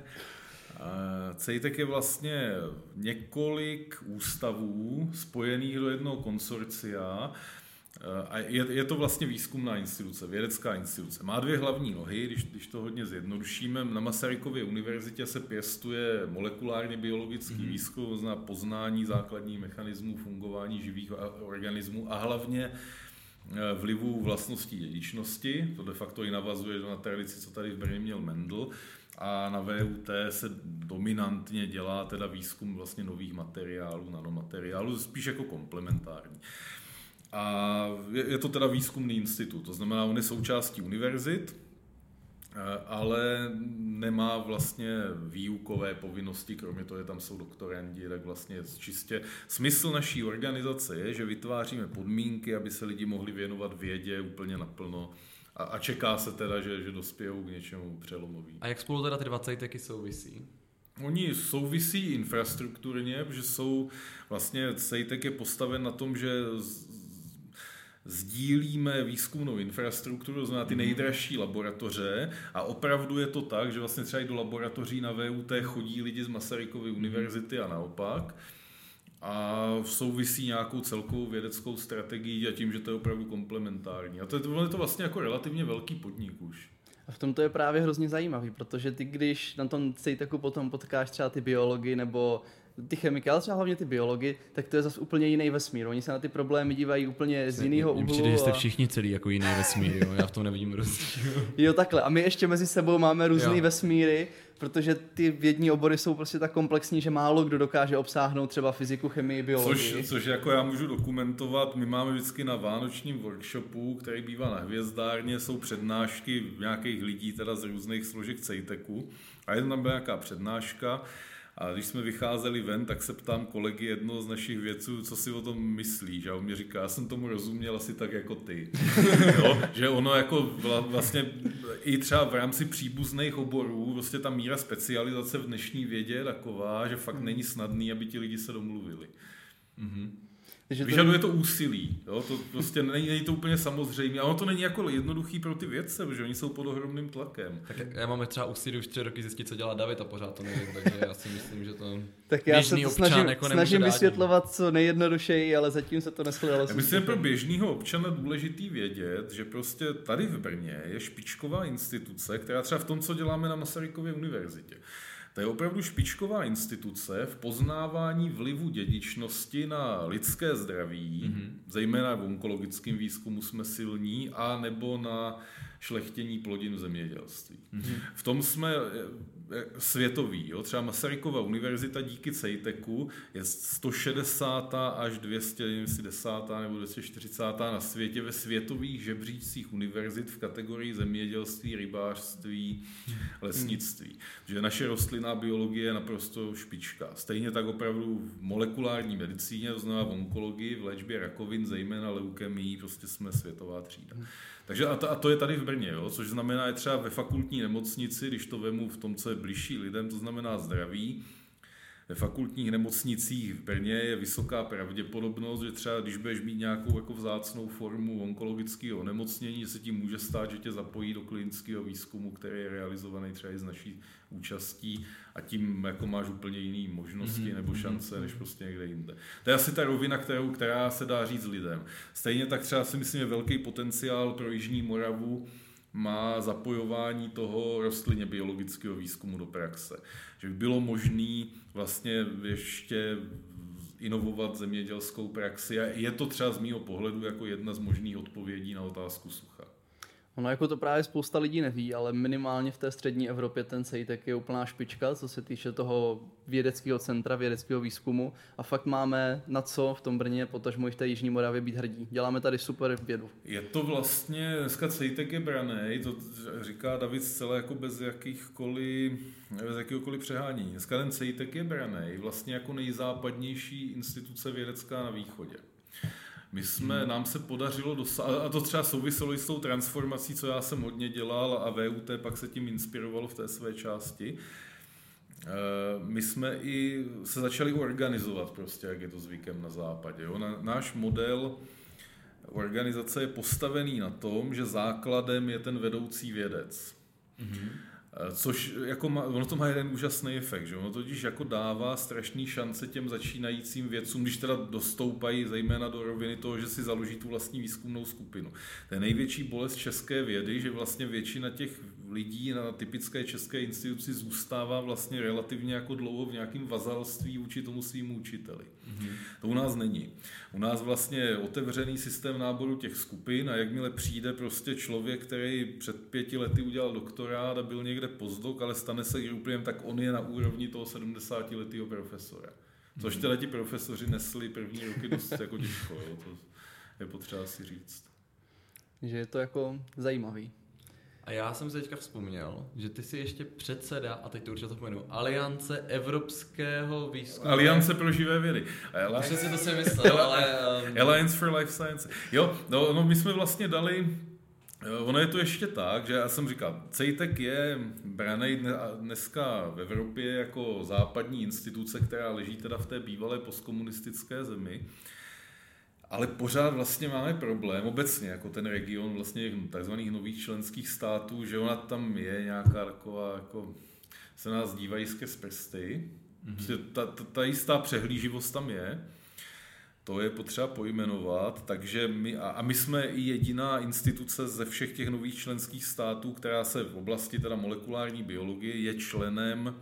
Cejtek je vlastně několik ústavů spojených do jednoho konsorcia a je, je to vlastně výzkumná instituce, vědecká instituce. Má dvě hlavní nohy, když, když to hodně zjednodušíme. Na Masarykově univerzitě se pěstuje molekulárně biologický mm-hmm. výzkum, to znamená poznání základních mechanismů fungování živých organismů a hlavně vlivu vlastností dědičnosti. To de facto i navazuje na tradici, co tady v Brně měl Mendel. A na V U T se dominantně dělá teda výzkum vlastně nových materiálů, nanomateriálů, spíš jako komplementární. A je, je to teda výzkumný institut, to znamená, on je součástí univerzit, ale nemá vlastně výukové povinnosti, kromě toho, že tam jsou doktorandi, tak vlastně čistě smysl naší organizace je, že vytváříme podmínky, aby se lidi mohli věnovat vědě úplně naplno. A, a čeká se teda, že, že dospějou k něčemu přelomovým. A jak spolu teda ty dva Cejteky souvisí? Oni souvisí infrastrukturně, protože jsou vlastně Cejtek je postaven na tom, že z, sdílíme výzkumnou infrastrukturu, to znamená ty nejdražší laboratoře a opravdu je to tak, že vlastně třeba i do laboratoří na V U T chodí lidi z Masarykovy univerzity a naopak. A souvisí nějakou celkovou vědeckou strategií a tím, že to je opravdu komplementární. A to je, je to vlastně jako relativně velký podnik už. A v tom to je právě hrozně zajímavý, protože ty, když na tom Cejteku potom potkáš třeba ty biology nebo ty chemiky, ale třeba hlavně ty biology, tak to je zase úplně jiný vesmír. Oni se na ty problémy dívají úplně z jiného úhlu. Přijde, že jste všichni celý jako jiný vesmír, jo? Já v tom nevidím rozdíl. Jo, takhle. A my ještě mezi sebou máme různý jo. vesmíry, protože ty vědní obory jsou prostě tak komplexní, že málo kdo dokáže obsáhnout třeba fyziku, chemii, biologii. Což, což jako já můžu dokumentovat, my máme vždycky na vánočním workshopu, který bývá na Hvězdárně, jsou přednášky nějakých lidí teda z různých složek Cejteku a jedna byla nějaká přednáška. A když jsme vycházeli ven, tak se ptám kolegy jednoho z našich vědců, co si o tom myslí. A on mi říká, já jsem tomu rozuměl asi tak jako ty. Jo? Že ono jako vlastně i třeba v rámci příbuzných oborů, vlastně ta míra specializace v dnešní vědě je taková, že fakt není snadný, aby ti lidi se domluvili. Mm-hmm. Vyžaduje to úsilí, jo? To prostě není, není to úplně samozřejmé, ale ono to není jako jednoduchý pro ty vědce, protože oni jsou pod ohromným tlakem. Tak já mám třeba úsilí už tři roky zjistit, co dělá David a pořád to nevím, takže já si myslím, že to tak já běžný se to občan snažím, jako snažím dát, vysvětlovat co nejjednodušeji, ale zatím se to neshledalo. Já myslím, pro běžného občana důležitý vědět, že prostě tady v Brně je špičková instituce, která třeba v tom, co děláme na Masarykově univerzitě. To je opravdu špičková instituce v poznávání vlivu dědičnosti na lidské zdraví, mm-hmm. zejména v onkologickém výzkumu jsme silní, a nebo na šlechtění plodin v zemědělství. Mm-hmm. V tom jsme světoví. Jo? Třeba Masarykova univerzita díky CEITECu je sto šedesátá až dvě stě desátá nebo dvě stě čtyřicátá na světě ve světových žebříčcích univerzit v kategorii zemědělství, rybářství, lesnictví. Že naše rostlinná biologie je naprosto špička. Stejně tak opravdu v molekulární medicíně, to znamená v onkologii, v léčbě rakovin, zejména leukemií, prostě jsme světová třída. Takže a to, a to je tady v Brně, jo? Což znamená, je třeba ve fakultní nemocnici, když to vemu v tom, co je bližší lidem, to znamená zdraví. Ve fakultních nemocnicích v Brně je vysoká pravděpodobnost, že třeba když budeš mít nějakou jako vzácnou formu onkologického onemocnění, že se tím může stát, že tě zapojí do klinického výzkumu, který je realizovaný třeba i z naší účastí, a tím jako máš úplně jiné možnosti mm-hmm. nebo šance než prostě někde jinde. To je asi ta rovina, kterou, která se dá říct lidem. Stejně tak třeba si myslím, že velký potenciál pro Jižní Moravu má zapojování toho rostlinně biologického výzkumu do praxe. Že by bylo možné vlastně ještě inovovat zemědělskou praxi, a je to třeba z mýho pohledu jako jedna z možných odpovědí na otázku sucha. Ono jako to právě spousta lidí neví, ale minimálně v té střední Evropě ten CEITEC je úplná špička, co se týče toho vědeckého centra, vědeckého výzkumu, a fakt máme na co v tom Brně, potažmo i v té Jižní Moravě být hrdí. Děláme tady super vědu. Je to vlastně, dneska CEITEC je branej, to říká David zcela jako bez jakýchkoliv, bez jakýhokoliv přehánění. Dneska ten CEITEC je branej vlastně jako nejzápadnější instituce vědecká na východě. My jsme, nám se podařilo dosáhnout, a to třeba souviselo i s tou transformací, co já jsem hodně dělal, a V U T pak se tím inspirovalo v té své části. My jsme i se začali organizovat prostě, jak je to zvykem na západě. Jo? Náš model organizace je postavený na tom, že základem je ten vedoucí vědec. Mm-hmm. Což jako má, ono to má jeden úžasný efekt, že ono totiž jako dává strašný šance těm začínajícím vědcům, když teda dostoupají zejména do roviny toho, že si založí tu vlastní výzkumnou skupinu. To je největší bolest české vědy, že vlastně většina těch lidí na typické české instituci zůstává vlastně relativně jako dlouho v nějakém vazalství vůči tomu svým učiteli. Mm-hmm. To u nás není. U nás vlastně je otevřený systém náboru těch skupin, a jakmile přijde prostě člověk, který před pěti lety udělal doktorát a byl někde postdoc, ale stane se gruplem, tak on je na úrovni toho sedmdesátiletého profesora. Což teda ti profesoři nesli první roky dost jako těžko, jo? To je potřeba si říct. Že je to jako zajímavý. A já jsem si teďka vzpomněl, že ty si ještě předseda, a teď to určitě zapomenu, Aliance evropského výzkumu. Aliance pro živé vědy. Alliance, si to si myslel, ale... Um... Alliance for Life Science. Jo, no, no my jsme vlastně dali... Ono je to ještě tak, že já jsem říkal, CEITEC je branej dneska v Evropě jako západní instituce, která leží teda v té bývalé postkomunistické zemi, ale pořád vlastně máme problém, obecně jako ten region vlastně takzvaných nových členských států, že ona tam je nějaká taková, jako se nás dívají skrz prsty, mm-hmm. ta, ta, ta jistá přehlíživost tam je. To je potřeba pojmenovat, takže my, a my jsme i jediná instituce ze všech těch nových členských států, která se v oblasti teda molekulární biologie je členem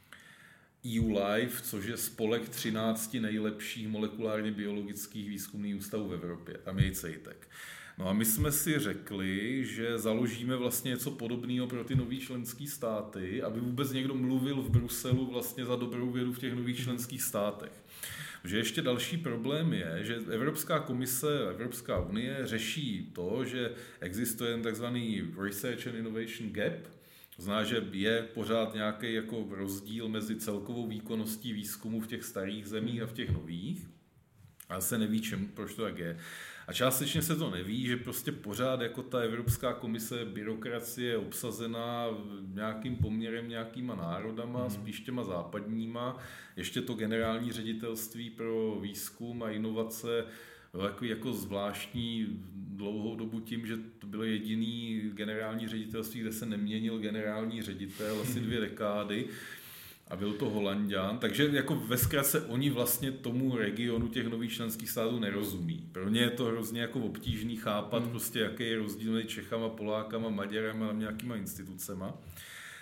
E U Life, což je spolek třinácti nejlepších molekulárně biologických výzkumných ústavů v Evropě. Tam je CEITEC. No a my jsme si řekli, že založíme vlastně něco podobného pro ty nový členské státy, aby vůbec někdo mluvil v Bruselu vlastně za dobrou vědu v těch nových členských státech. Že ještě další problém je, že Evropská komise, Evropská unie řeší to, že existuje jen takzvaný Research and Innovation Gap. To znamená, že je pořád nějaký jako rozdíl mezi celkovou výkonností výzkumu v těch starých zemích a v těch nových. A se neví, čem, proč to tak je. A částečně se to neví, že prostě pořád jako ta Evropská komise, byrokracie je obsazená nějakým poměrem, nějakýma národama, hmm. spíš těma západníma. Ještě to generální ředitelství pro výzkum a inovace jako, jako zvláštní dlouhou dobu tím, že to bylo jediný generální ředitelství, kde se neměnil generální ředitel asi dvě dekády. A byl to Holanďan, takže jako ve zkratce oni vlastně tomu regionu těch nových členských států nerozumí. Pro ně je to hrozně jako obtížný chápat, hmm. prostě jaký je rozdíl mezi Čechama, Polákama, Maďarama a nějakýma institucema.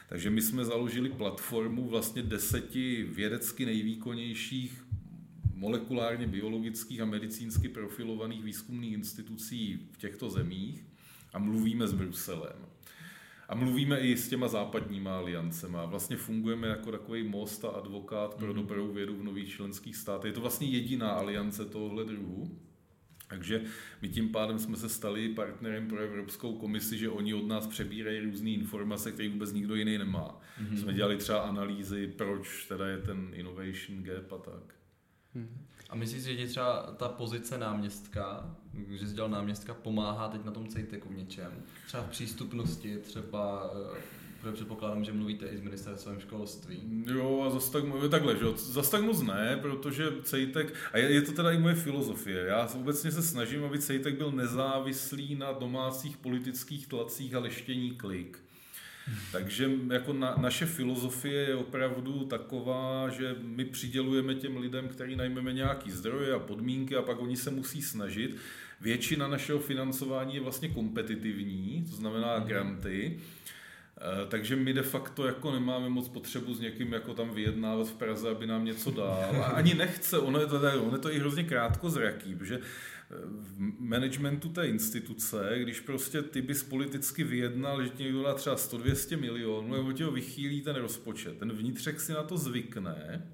Takže my jsme založili platformu vlastně deseti vědecky nejvýkonnějších molekulárně biologických a medicínsky profilovaných výzkumných institucí v těchto zemích a mluvíme s Bruselem. A mluvíme i s těma západníma aliancema. Vlastně fungujeme jako takový most a advokát pro dobrou vědu v nových členských státech. Je to vlastně jediná aliance tohohle druhu. Takže my tím pádem jsme se stali partnerem pro Evropskou komisi, že oni od nás přebírají různé informace, které vůbec nikdo jiný nemá. Mm-hmm. Jsme dělali třeba analýzy, proč teda je ten innovation gap a tak. A myslíš, že ti třeba ta pozice náměstka, že jsi dělal náměstka, pomáhá teď na tom CEJTECu v něčem? Třeba v přístupnosti, třeba, protože předpokládám, že mluvíte i s ministerstvem školství. Jo, a zase tak, takhle, že jo, zase tak moc ne, protože CEJTEC, a je, je to teda i moje filozofie, já obecně se snažím, aby CEJTEC byl nezávislý na domácích politických tlacích a leštění klik. Takže jako na, naše filozofie je opravdu taková, že my přidělujeme těm lidem, který najmeme nějaký zdroje a podmínky a pak oni se musí snažit. Většina našeho financování je vlastně kompetitivní, to znamená granty, takže my de facto jako nemáme moc potřebu s někým jako tam vyjednávat v Praze, aby nám něco dal. A ani nechce, ono je to, ono je to i hrozně krátkozraký, protože v managementu té instituce, když prostě ty bys politicky vyjednal, že ti někdo dá třeba sto dvě stě milionů, nebo ti ho vychýlí ten rozpočet, ten vnitřek si na to zvykne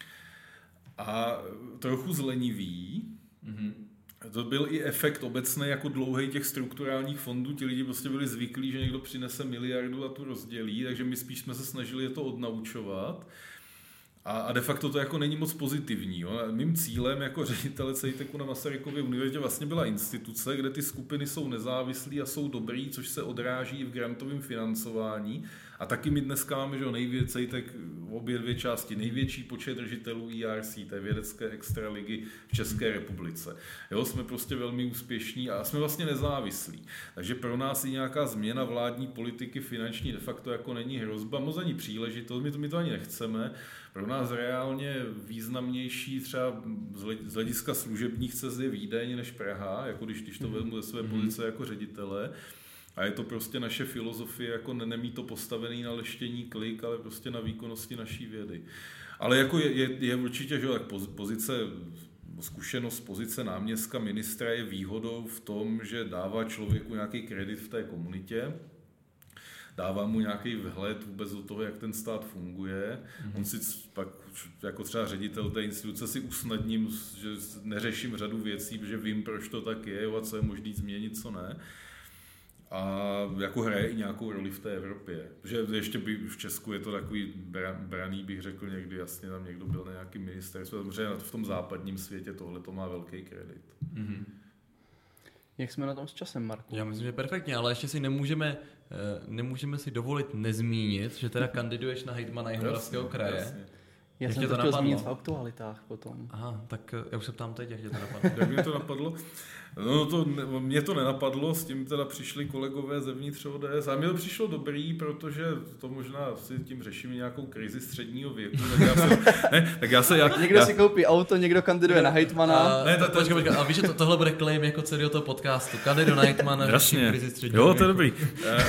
a trochu zlenivý. Mm-hmm. To byl i efekt obecný jako dlouhý těch strukturálních fondů, ti lidi prostě byli zvyklí, že někdo přinese miliardu a tu rozdělí, takže my spíš jsme se snažili je to odnaučovat. A de facto to jako není moc pozitivní. Jo. Mým cílem jako ředitele CEJTECu na Masarykově univerzitě vlastně byla instituce, kde ty skupiny jsou nezávislí a jsou dobrý, což se odráží v grantovém financování. A taky my dneska máme, že největší CEJTEC, obě dvě části, největší počet držitelů E R C, té vědecké extraligy v České republice. Jo, jsme prostě velmi úspěšní a jsme vlastně nezávislí. Takže pro nás i nějaká změna vládní politiky finanční de facto jako není hrozba, moc ani příležitost, my to, my to ani nechceme. Pro nás reálně významnější třeba z hlediska služebních cest je Vídeň než Praha, jako když, když to vezmu ze své pozice jako ředitele. A je to prostě naše filozofie, jako nemít to postavený na leštění klik, ale prostě na výkonnosti naší vědy. Ale jako je, je, je určitě, že tak pozice, zkušenost pozice náměstka ministra je výhodou v tom, že dává člověku nějaký kredit v té komunitě, dává mu nějaký vhled vůbec do toho, jak ten stát funguje. Mm-hmm. On si pak, jako třeba ředitel té instituce, si usnadním, že neřeším řadu věcí, protože vím, proč to tak je a co je možný změnit, co ne. A jako hraje i nějakou roli v té Evropě. Protože ještě by v Česku je to takový braný, bych řekl někdy, jasně tam někdo byl na nějakým ministerstvu, protože v tom západním světě tohle to má velký kredit. Mm-hmm. Jak jsme na tom s časem, Marku? Já myslím, že perfektně, ale ještě si nemůžeme, nemůžeme si dovolit nezmínit, že teda kandiduješ na hejtmana Jihomoravského kraje. Jasně. Já jak jsem to chtěl zmínit v aktualitách potom. Aha, tak já už se ptám teď, jak tě to napadlo. Jak mě to napadlo? No to, mě to nenapadlo, s tím teda přišli kolegové zevnitř O D S a mě to přišlo dobrý, protože to možná si tím řešíme nějakou krizi středního věku. Tak já se, ne, tak já se jak, někdo já... si koupí auto, někdo kandiduje na hejtmana. A, ne, to, to, počkej, počkej, a víš, že to, tohle bude claim jako celého toho podcastu. Kandiduje na hejtmana, řeším krizi středního jo, věku. To je dobrý.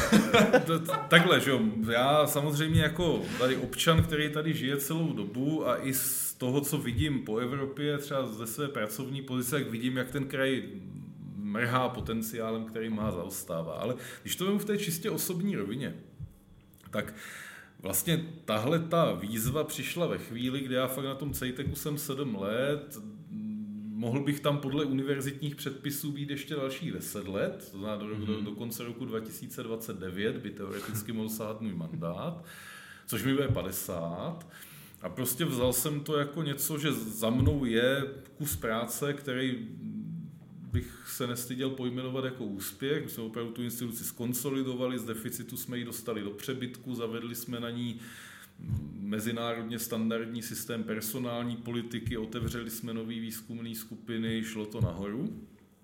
Takhle, že jo, já samozřejmě jako tady občan, který tady žije celou dobu a i z toho, co vidím po Evropě, třeba ze své pracovní pozice, jak vidím, jak ten kraj mrhá potenciálem, který má, zaostává. Ale když to vemu v té čistě osobní rovině, tak vlastně tahle ta výzva přišla ve chvíli, kdy já fakt na tom CEJTECu jsem sedm let, mohl bych tam podle univerzitních předpisů být ještě dalších deset let, to znamená do, mm-hmm. do, do konce roku dva tisíce dvacet devět by teoreticky mohl sahat můj mandát, což mi bude padesát. A prostě vzal jsem to jako něco, že za mnou je kus práce, který bych se nestyděl pojmenovat jako úspěch. My jsme opravdu tu instituci skonsolidovali, z deficitu jsme ji dostali do přebytku, zavedli jsme na ní mezinárodně standardní systém personální politiky, otevřeli jsme nový výzkumné skupiny, šlo to nahoru.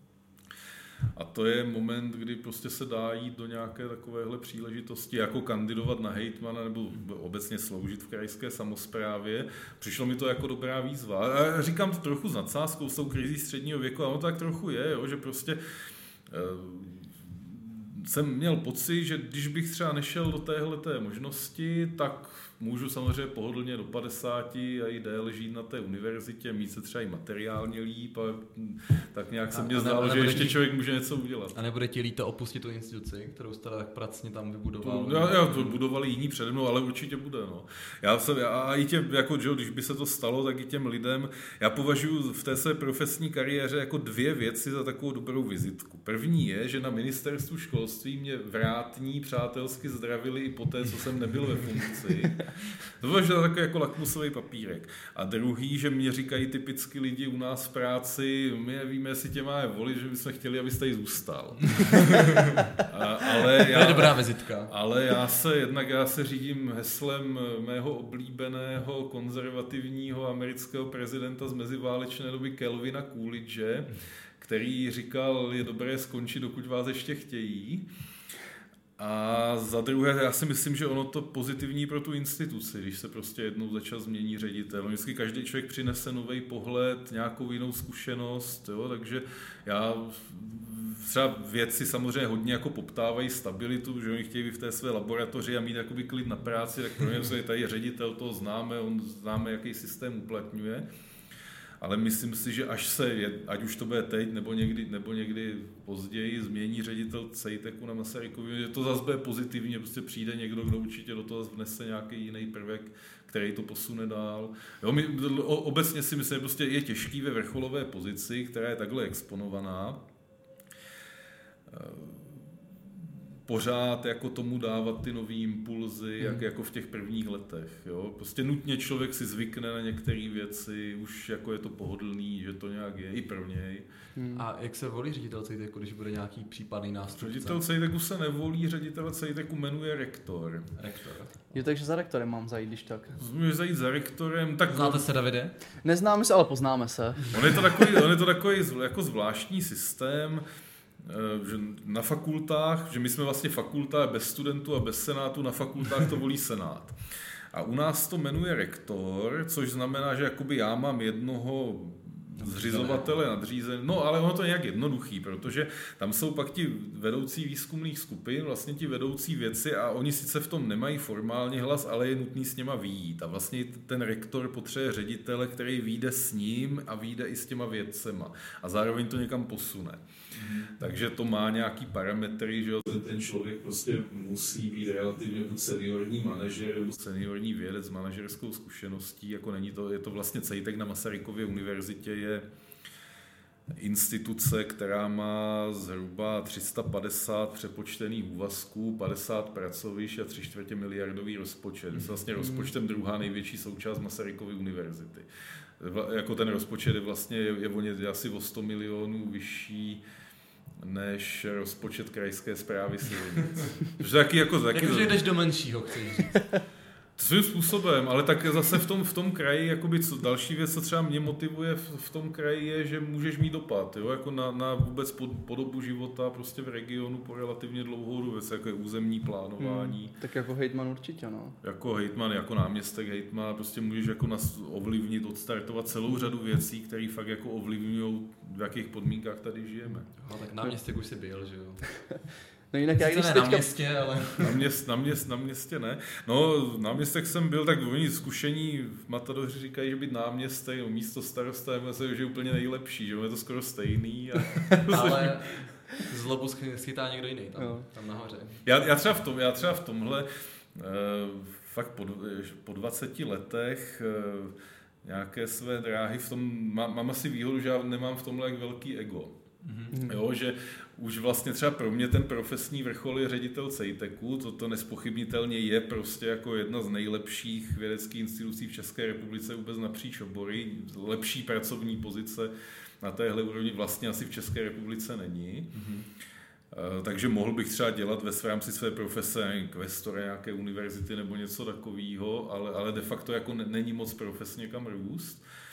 A to je moment, kdy prostě se dá jít do nějaké takovéhle příležitosti, jako kandidovat na hejtmana nebo obecně sloužit v krajské samosprávě. Přišlo mi to jako dobrá výzva. A říkám to trochu s nadsázkou, s tou krizí středního věku, a ono tak trochu je, jo, že prostě jsem měl pocit, že když bych třeba nešel do téhleté možnosti, tak můžu samozřejmě pohodlně do padesáti a i déle žít na té univerzitě, mít se třeba i materiálně líp a tak nějak se mně zdálo, že ještě člověk může něco udělat. A nebude ti líto opustit tu instituci, kterou jste tak pracně tam vybudoval? To, já, já, to budovali jiní přede mnou, ale určitě bude. No. Já jsem, a i těm, jako, že, když by se to stalo, tak i těm lidem, já považuji v té své profesní kariéře jako dvě věci za takovou dobrou vizitku. První je, že na ministerstvu školství mě vrátní přátelsky zdravili i po té, co jsem nebyl ve funkci. To bylo takový jako lakmusový papírek. A druhý, že mě říkají typicky lidi u nás v práci, my nevíme, jestli tě máme volit, že bychom chtěli, abyste tady zůstal. A, ale já, to je dobrá vizitka. Ale já se, jednak já se řídím heslem mého oblíbeného konzervativního amerického prezidenta z meziválečné doby Calvina Coolidge, který říkal, je dobré skončit, dokud vás ještě chtějí. A za druhé, já si myslím, že ono to pozitivní pro tu instituci, když se prostě jednou za čas změní ředitel. Vždycky každý člověk přinese nový pohled, nějakou jinou zkušenost, jo? Takže já třeba vědci samozřejmě hodně jako poptávají stabilitu, že oni chtějí být v té své laboratoři a mít jakoby klid na práci, tak pro mě tady je ředitel, toho známe, on známe, jaký systém uplatňuje. Ale myslím si, že až se, ať už to bude teď, nebo někdy, nebo někdy později, změní ředitel CEJTECu na Masarykově, že to zase bude pozitivně, prostě přijde někdo, kdo určitě do toho vnese nějaký jiný prvek, který to posune dál. Jo, my, obecně si myslím, že prostě je těžký ve vrcholové pozici, která je takhle exponovaná, pořád jako tomu dávat ty nový impulzy, jak jako v těch prvních letech. Jo? Prostě nutně člověk si zvykne na některé věci, už jako je to pohodlný, že to nějak je i pro něj. Hmm. A jak se volí ředitel CEJTECu, když bude nějaký případný nástupce? Ředitel CEJTECu se nevolí, ředitel CEJTECu jmenuje rektor. Rektor. Jo, takže za rektorem mám zajít, když tak. Můžeš zajít za rektorem. Tak znáte se, Davide? Neznáme se, ale poznáme se. On je to takový, on je to takový jako zvláštní systém, že na fakultách, že my jsme vlastně fakulta bez studentů a bez senátu, na fakultách to volí senát. A u nás to jmenuje rektor, což znamená, že jakoby já mám jednoho zřizovatele nadřízené. No, ale ono to je nějak jednoduchý, protože tam jsou pak ti vedoucí výzkumných skupin, vlastně ti vedoucí věci a oni sice v tom nemají formálně hlas, ale je nutný s něma vyjít. A vlastně ten rektor potřebuje ředitele, který vyjde s ním a vyjde i s těma vědcema. A zároveň to někam posune. Mm-hmm. Takže to má nějaký parametry, že ten člověk prostě musí být relativně seniorní manažer, seniorní vědec s manažerskou zkušeností, jako není to, je to vlastně CEJTEC na Masarykově univerzitě je instituce, která má zhruba tři sta padesát přepočtených úvazků, padesát pracovišť a tři čtvrtě miliardový rozpočet. Je vlastně rozpočtem druhá největší součást Masarykovy univerzity. Jako ten rozpočet je vlastně je, je asi o sto milionů vyšší než rozpočet krajské správy silnic. Taky jako taky Jakože jdeš do menšího, chceš říct. Svým způsobem, ale tak zase v tom, v tom kraji, jakoby, co, další věc, co třeba mě motivuje v, v tom kraji, je, že můžeš mít dopad, jo? Jako na, na vůbec pod, podobu života prostě v regionu po relativně dlouhou dobu, jako je územní plánování. Hmm, tak jako hejtman určitě, no. Jako hejtman, jako náměstek hejtmana, prostě můžeš jako nas ovlivnit, odstartovat celou řadu věcí, které fakt jako ovlivňují, v jakých podmínkách tady žijeme. No, tak náměstek už si byl, že jo? No jinak já když ne teďka... na městě, ale... Na, měst, na, měst, na městě ne. No, náměstek jsem byl, tak oni zkušení v Matadoři říkají, že být náměstek, no, místo starosta, že je úplně nejlepší, že je to skoro stejný. A... ale zlobu schytá někdo jiný tam, no. tam nahoře. Já, já, třeba v tom, já třeba v tomhle eh, fakt po, po dvaceti letech eh, nějaké své dráhy v tom, mám, mám asi výhodu, že já nemám v tomhle jak velký ego. Mm-hmm. Jo, že už vlastně třeba pro mě ten profesní vrchol je ředitel CEJTECu, to, to nespochybnitelně je prostě jako jedna z nejlepších vědeckých institucí v České republice vůbec napříč obory, lepší pracovní pozice na téhle úrovni vlastně asi v České republice není. Mm-hmm. Uh, takže mohl bych třeba dělat ve v rámci své profese kvestora nějaké univerzity nebo něco takového, ale, ale de facto jako ne, není moc profesně kam růst.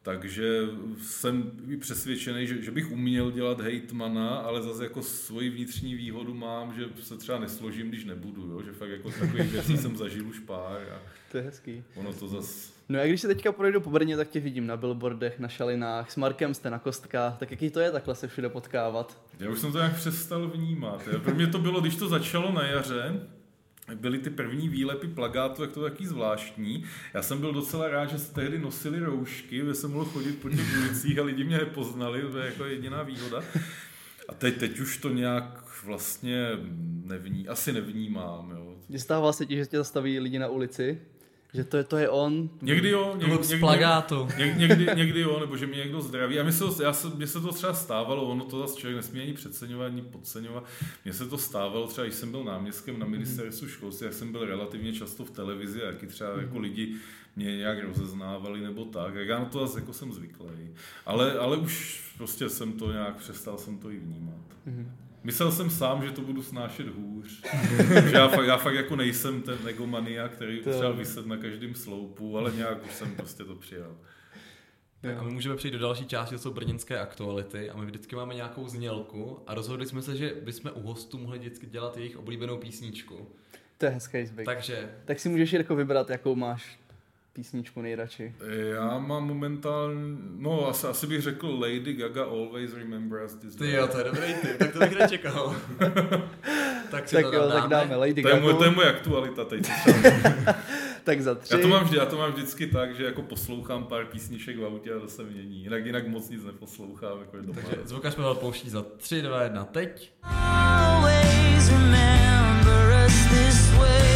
Takže jsem přesvědčený, že, že bych uměl dělat hejtmana, ale zase jako svoji vnitřní výhodu mám, že se třeba nesložím, když nebudu, jo? Že fakt jako takových věcí jsem zažil už pár. A to je hezký. Ono to zase... No a když se teďka projdu po Brně, tak tě vidím na billboardech, na šalinách, s Markem jste na kostkách, tak jaký to je takhle se všude potkávat? Já už jsem to nějak přestal vnímat. Já, pro mě to bylo, když to začalo na jaře, byly ty první výlepy plakátů, jak to taky zvláštní. Já jsem byl docela rád, že se tehdy nosili roušky, že jsem mohl chodit po těch ulicích a lidi mě nepoznali, to je jako jediná výhoda. A teď, teď už to nějak vlastně nevní, asi nevnímám. Jo. Stává se ti, že tě zastaví lidi na ulici? Že to je, to je on? Někdy jo, někdy, někdy, plagátu. Někdy, někdy, někdy jo, nebo že mě někdo zdraví. A mně se, já se, mně se to třeba stávalo, ono to zase člověk nesmí ani přeceňovat, ani podceňovat. Mně se to stávalo třeba, když jsem byl náměstkem na ministerstvu školství, jak jsem byl relativně často v televizi, a jaký třeba jako lidi mě nějak rozeznávali nebo tak. Jak já na to zase jako jsem zvyklý. Ale, ale už prostě jsem to nějak, přestal jsem to i vnímat. Mm-hmm. Myslel jsem sám, že to budu snášet hůř. já, fakt, já fakt jako nejsem ten egomania, který potřeboval vyset na každém sloupu, ale nějak už jsem prostě to přijal. Tak a my můžeme přejít do další části, to jsou brněnské aktuality a my vždycky máme nějakou znělku a rozhodli jsme se, že bychom u hostů mohli vždycky dělat jejich oblíbenou písničku. To je hezký zvyk. Takže... Tak si můžeš jako vybrat, jakou máš písničku nejradši. Já mám momentálně, no asi, asi bych řekl Lady Gaga Always Remember Us This Way. Ty jo, to je dobrý typ, tak to bych nečekal. tak si tak to jo, dáme. tak dáme Lady to je, Gaga. můj, to je moje aktualita teď. Tak za tři. Já to, mám vždy, já to mám vždycky tak, že jako poslouchám pár písniček v autě a to se mění. Jinak, jinak moc nic neposlouchám. Jako je doma. Takže zvukař Pavel pouští za tři, dva, jedna, teď. Always remember us this way.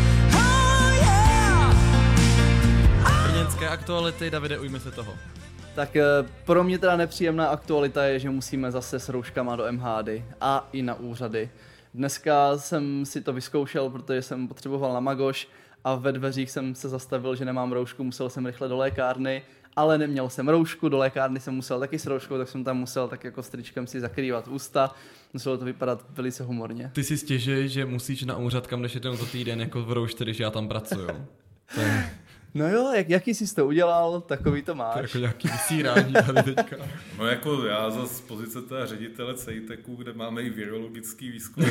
Brněnské aktuality, Davide, ujmi se toho. Tak pro mě teda nepříjemná aktualita je, že musíme zase s rouškama do M H D a i na úřady. Dneska jsem si to vyzkoušel, protože jsem potřeboval na Magoš a ve dveřích jsem se zastavil, že nemám roušku, musel jsem rychle do lékárny, ale neměl jsem roušku, do lékárny jsem musel taky s rouškou, tak jsem tam musel tak jako stričkem si zakrývat ústa. Muselo to vypadat velice humorně. Ty si stěžej, že musíš na úřad, kam jdeš jednou za týden jako v roušce, když já tam pracuju. To je... No jo, jak, jaký jsi to udělal, takový to máš. To je jako nějaký vysírání tady teďka. No jako já za z pozice té ředitele CEITECu, kde máme i virologický výzkum,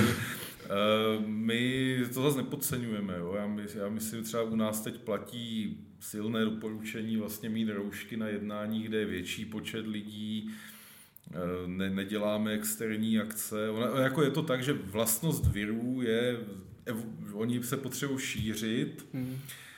my to zase nepodceňujeme. Jo? Já, my, já myslím, třeba u nás teď platí silné doporučení vlastně mít roušky na jednání, kde je větší počet lidí, ne, neděláme externí akce. Ona, jako je to tak, že vlastnost virů je, oni se potřebují šířit, hmm.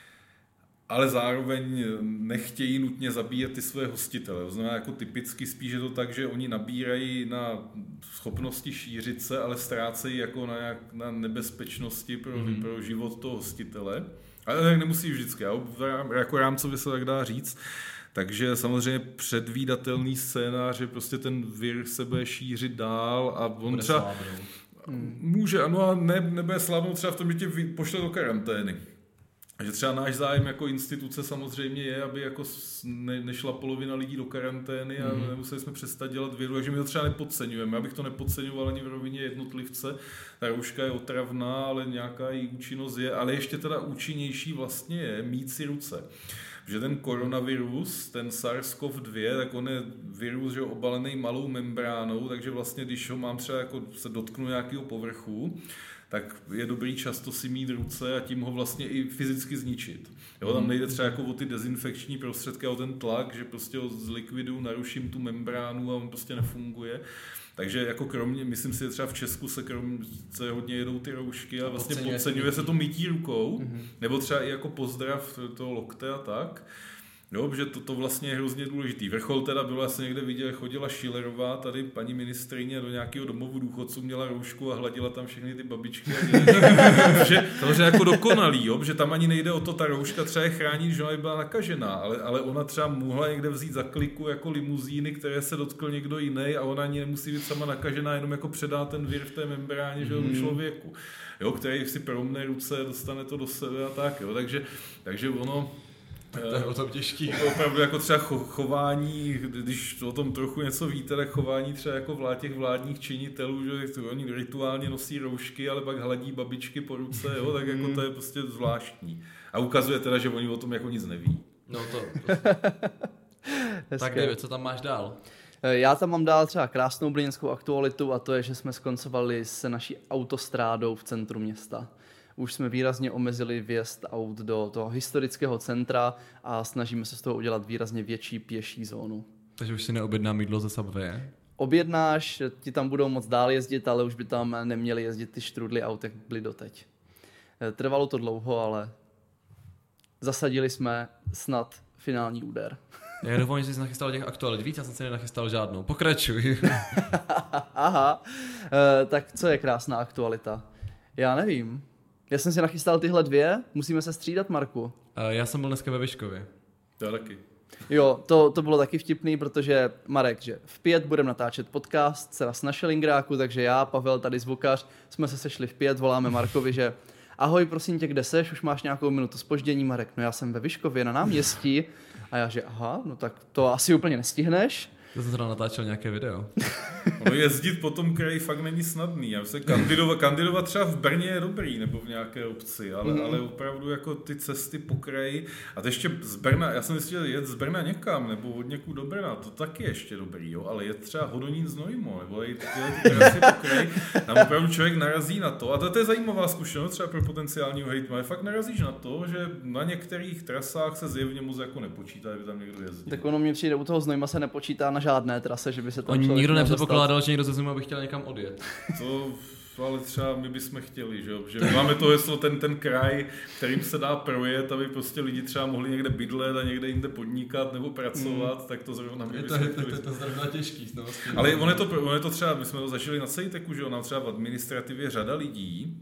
ale zároveň nechtějí nutně zabíjet ty své hostitele. To znamená, jako typicky spíš je to tak, že oni nabírají na schopnosti šířit se, ale ztrácejí jako na, jak, na nebezpečnosti pro, mm-hmm. pro život toho hostitele. Ale tak nemusí vždycky, jako rámcově se tak dá říct. Takže samozřejmě předvídatelný scénář, že prostě ten vir se bude šířit dál a on třeba může, ano a ne, nebude slábnout třeba v tom, že tě pošle do karantény. Že třeba náš zájem jako instituce samozřejmě je, aby jako ne, nešla polovina lidí do karantény a mm. nemuseli jsme přestat dělat vědu, takže my to třeba nepodceňujeme. Já bych to nepodceňoval ani v rovině jednotlivce. Ta rouška je otravná, ale nějaká její účinnost je, ale ještě teda účinnější vlastně je mít si ruce. Že ten koronavirus, ten SARS-C o V dva, tak on je virus, že je obalený malou membránou, takže vlastně když ho mám třeba jako se dotknu nějakého povrchu, tak je dobrý často si mít ruce a tím ho vlastně i fyzicky zničit. Jo, tam nejde třeba jako o ty dezinfekční prostředky a o ten tlak, že prostě ho zlikviduju, naruším tu membránu a on prostě nefunguje. Takže jako kromě, myslím si, že třeba v Česku se, krom, se hodně jedou ty roušky a vlastně podceňuje se to mytí rukou, mm-hmm. nebo třeba i jako pozdrav toho lokte a tak. Jo, protože to, to vlastně je hrozně důležitý. Vrchol teda bylo, já jsem někde viděl, chodila Schillerová, tady paní ministryně do nějakého domovu důchodců, měla roušku a hladila tam všechny ty babičky. Takže to je jako dokonalý, jo, protože tam ani nejde o to, ta rouška třeba je chránit, že ona byla nakažená, ale, ale ona třeba mohla někde vzít za kliku jako limuzíny, které se dotkl někdo jiný a ona ani nemusí být sama nakažená, jenom jako předá ten vir v té membráně, že mm. člověku, jo, který si promne ruce, dostane to do sebe a tak, jo, takže, takže ono to je o tom těžký. Opravdu jako třeba chování, když o tom trochu něco víte, tak chování třeba jako vlád těch vládních činitelů, že oni rituálně nosí roušky, ale pak hladí babičky po ruce, jo, tak jako to je prostě zvláštní. A ukazuje teda, že oni o tom jako nic neví. No to... Hezké. Tak David, co tam máš dál? Já tam mám dál třeba krásnou brněnskou aktualitu a to je, že jsme skoncovali se naší autostrádou v centru města. Už jsme výrazně omezili vjezd aut do toho historického centra a snažíme se z toho udělat výrazně větší pěší zónu. Takže už si neobjednám jídlo ze Subway. Objednáš, ti tam budou moc dál jezdit, ale už by tam neměli jezdit ty štrudly aut, jak byly doteď. Trvalo to dlouho, ale zasadili jsme snad finální úder. Já doufám, že jsi nachystal těch aktualit víc, já jsem si nenachystal žádnou. Pokračuj. Aha, e, tak co je krásná aktualita? Já nevím. Já jsem si nachystal tyhle dvě, musíme se střídat, Marku. Já jsem byl dneska ve Vyškově. Já taky. Jo, to, to bylo taky vtipný, protože Marek, že v pět budeme natáčet podcast, se na Šelingráku, takže já, Pavel, tady zvukař, jsme se sešli v pět, voláme Markovi, že ahoj, prosím tě, kde seš, už máš nějakou minutu zpoždění, Marek, no já jsem ve Vyškově na náměstí a já, že aha, no tak to asi úplně nestihneš. To jsem teda natáčel nějaké video. Ono jezdit po tom kraji fakt není snadný. Já se kandidovat, kandidovat třeba v Brně je dobrý, nebo v nějaké obci, ale, mm. ale opravdu jako ty cesty po kraji. A to ještě z Brna, já jsem myslel, jet z Brna někam, nebo od někud do Brna, to taky ještě dobrý, jo, ale jet třeba Hodonín Znojmo, nebo jet ty trasy po kraji, tam opravdu člověk narazí na to. A to, to je zajímavá zkušenost třeba pro potenciálního hejtmana. Fakt narazíš na to, že na některých trasách se zjevně moc jako nepočítá, aby tam někdo jezdil. Tak ono mě přijde, u toho Znojma se nepočítá na žádné trase, že by se tam Oni člověk nikdo měl nepředpokládal, že někdo ze Znojma by chtěl někam odjet. To, ale třeba my bychom chtěli, že, že máme to heslo, ten, ten kraj, kterým se dá projet, aby prostě lidi třeba mohli někde bydlet a někde jinde podnikat nebo pracovat, mm. tak to zrovna my bychom chtěli. To je to zrovna těžký. No, ale on je, to, on je to třeba, my jsme to zažili na Sejteku, že nám třeba v administrativě řada lidí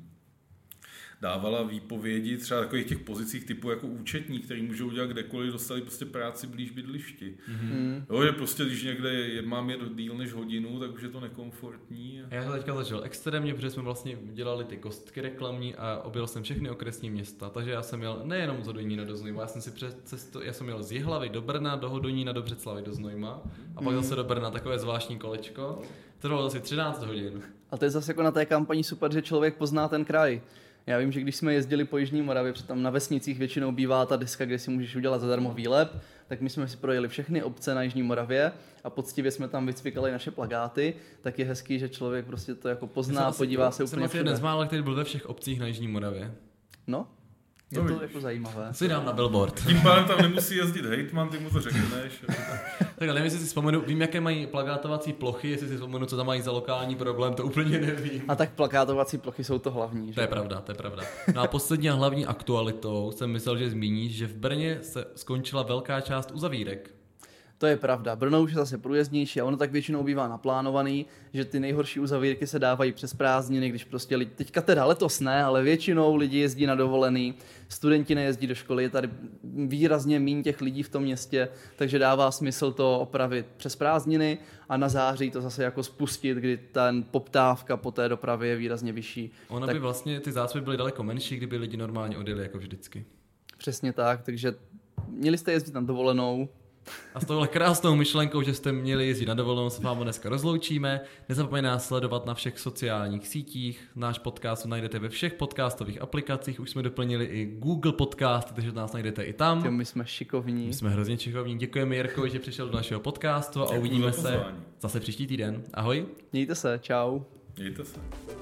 dávala výpovědi třeba takových těch pozicích typu jako účetní, který můžou udělat kdekoliv, dostali prostě práci blíž bydlišti. Mm-hmm. Jo, že prostě když někde je, mám jet díl než hodinu, tak už je to nekomfortní. Já to teďka zažil extrémně, protože jsme vlastně dělali ty kostky reklamní a objel jsem všechny okresní města, takže já jsem jel nejenom z Hodonína do Znojma, já jsem si přes cestu, já jsem jel z Jihlavy do Brna, do Hodonína, do Břeclavy, do Znojma a pak mm. zase do Brna, takové zvláštní kolečko. Trvalo asi třináct hodin. A to je zase jako na té kampani super, že člověk pozná ten kraj. Já vím, že když jsme jezdili po Jižní Moravě, protože tam na vesnicích většinou bývá ta deska, kde si můžeš udělat zadarmo výlep, tak my jsme si projeli všechny obce na Jižní Moravě a poctivě jsme tam vycvikali naše plakáty, tak je hezký, že člověk prostě to jako pozná, asi, podívá se jsem úplně asi jeden z mála, který byl ve všech obcích na Jižní Moravě. No, je no, to víš. jako zajímavé. Si dám na billboard. Tím pádem tam nemusí jezdit hejtman, ty mu to řekneš. Tak nevím, jestli si vzpomenu, vím, jaké mají plakátovací plochy, jestli si vzpomenu, co tam mají za lokální problém, to úplně nevím. A tak plakátovací plochy jsou to hlavní. Že? To je pravda, to je pravda. No a poslední a hlavní aktualitou jsem myslel, že zmíníš, že v Brně se skončila velká část uzavírek. To je pravda. Brno už je zase průjezdnější a ono tak většinou bývá naplánovaný, že ty nejhorší uzavírky se dávají přes prázdniny, když prostě lidi, teďka teda letos ne, ale většinou lidi jezdí na dovolený, studenti nejezdí do školy, je tady výrazně míň těch lidí v tom městě, takže dává smysl to opravit přes prázdniny a na září to zase jako spustit, kdy ten poptávka po té dopravě je výrazně vyšší. Ono tak by vlastně ty zásoby byly daleko menší, kdyby lidi normálně odjeli jako vždycky. Přesně tak, takže měli jste jezdit na dovolenou. A s touhle krásnou myšlenkou, že jste měli jezdit na dovolenou, se vám dneska rozloučíme. Nezapomeňte nás sledovat na všech sociálních sítích. Náš podcast najdete ve všech podcastových aplikacích. Už jsme doplnili i Google Podcast, takže nás najdete i tam. Ty, my jsme šikovní. My jsme hrozně šikovní. Děkujeme Jirkovi, že přišel do našeho podcastu a uvidíme se zase příští týden. Ahoj. Mějte se, čau. Mějte se.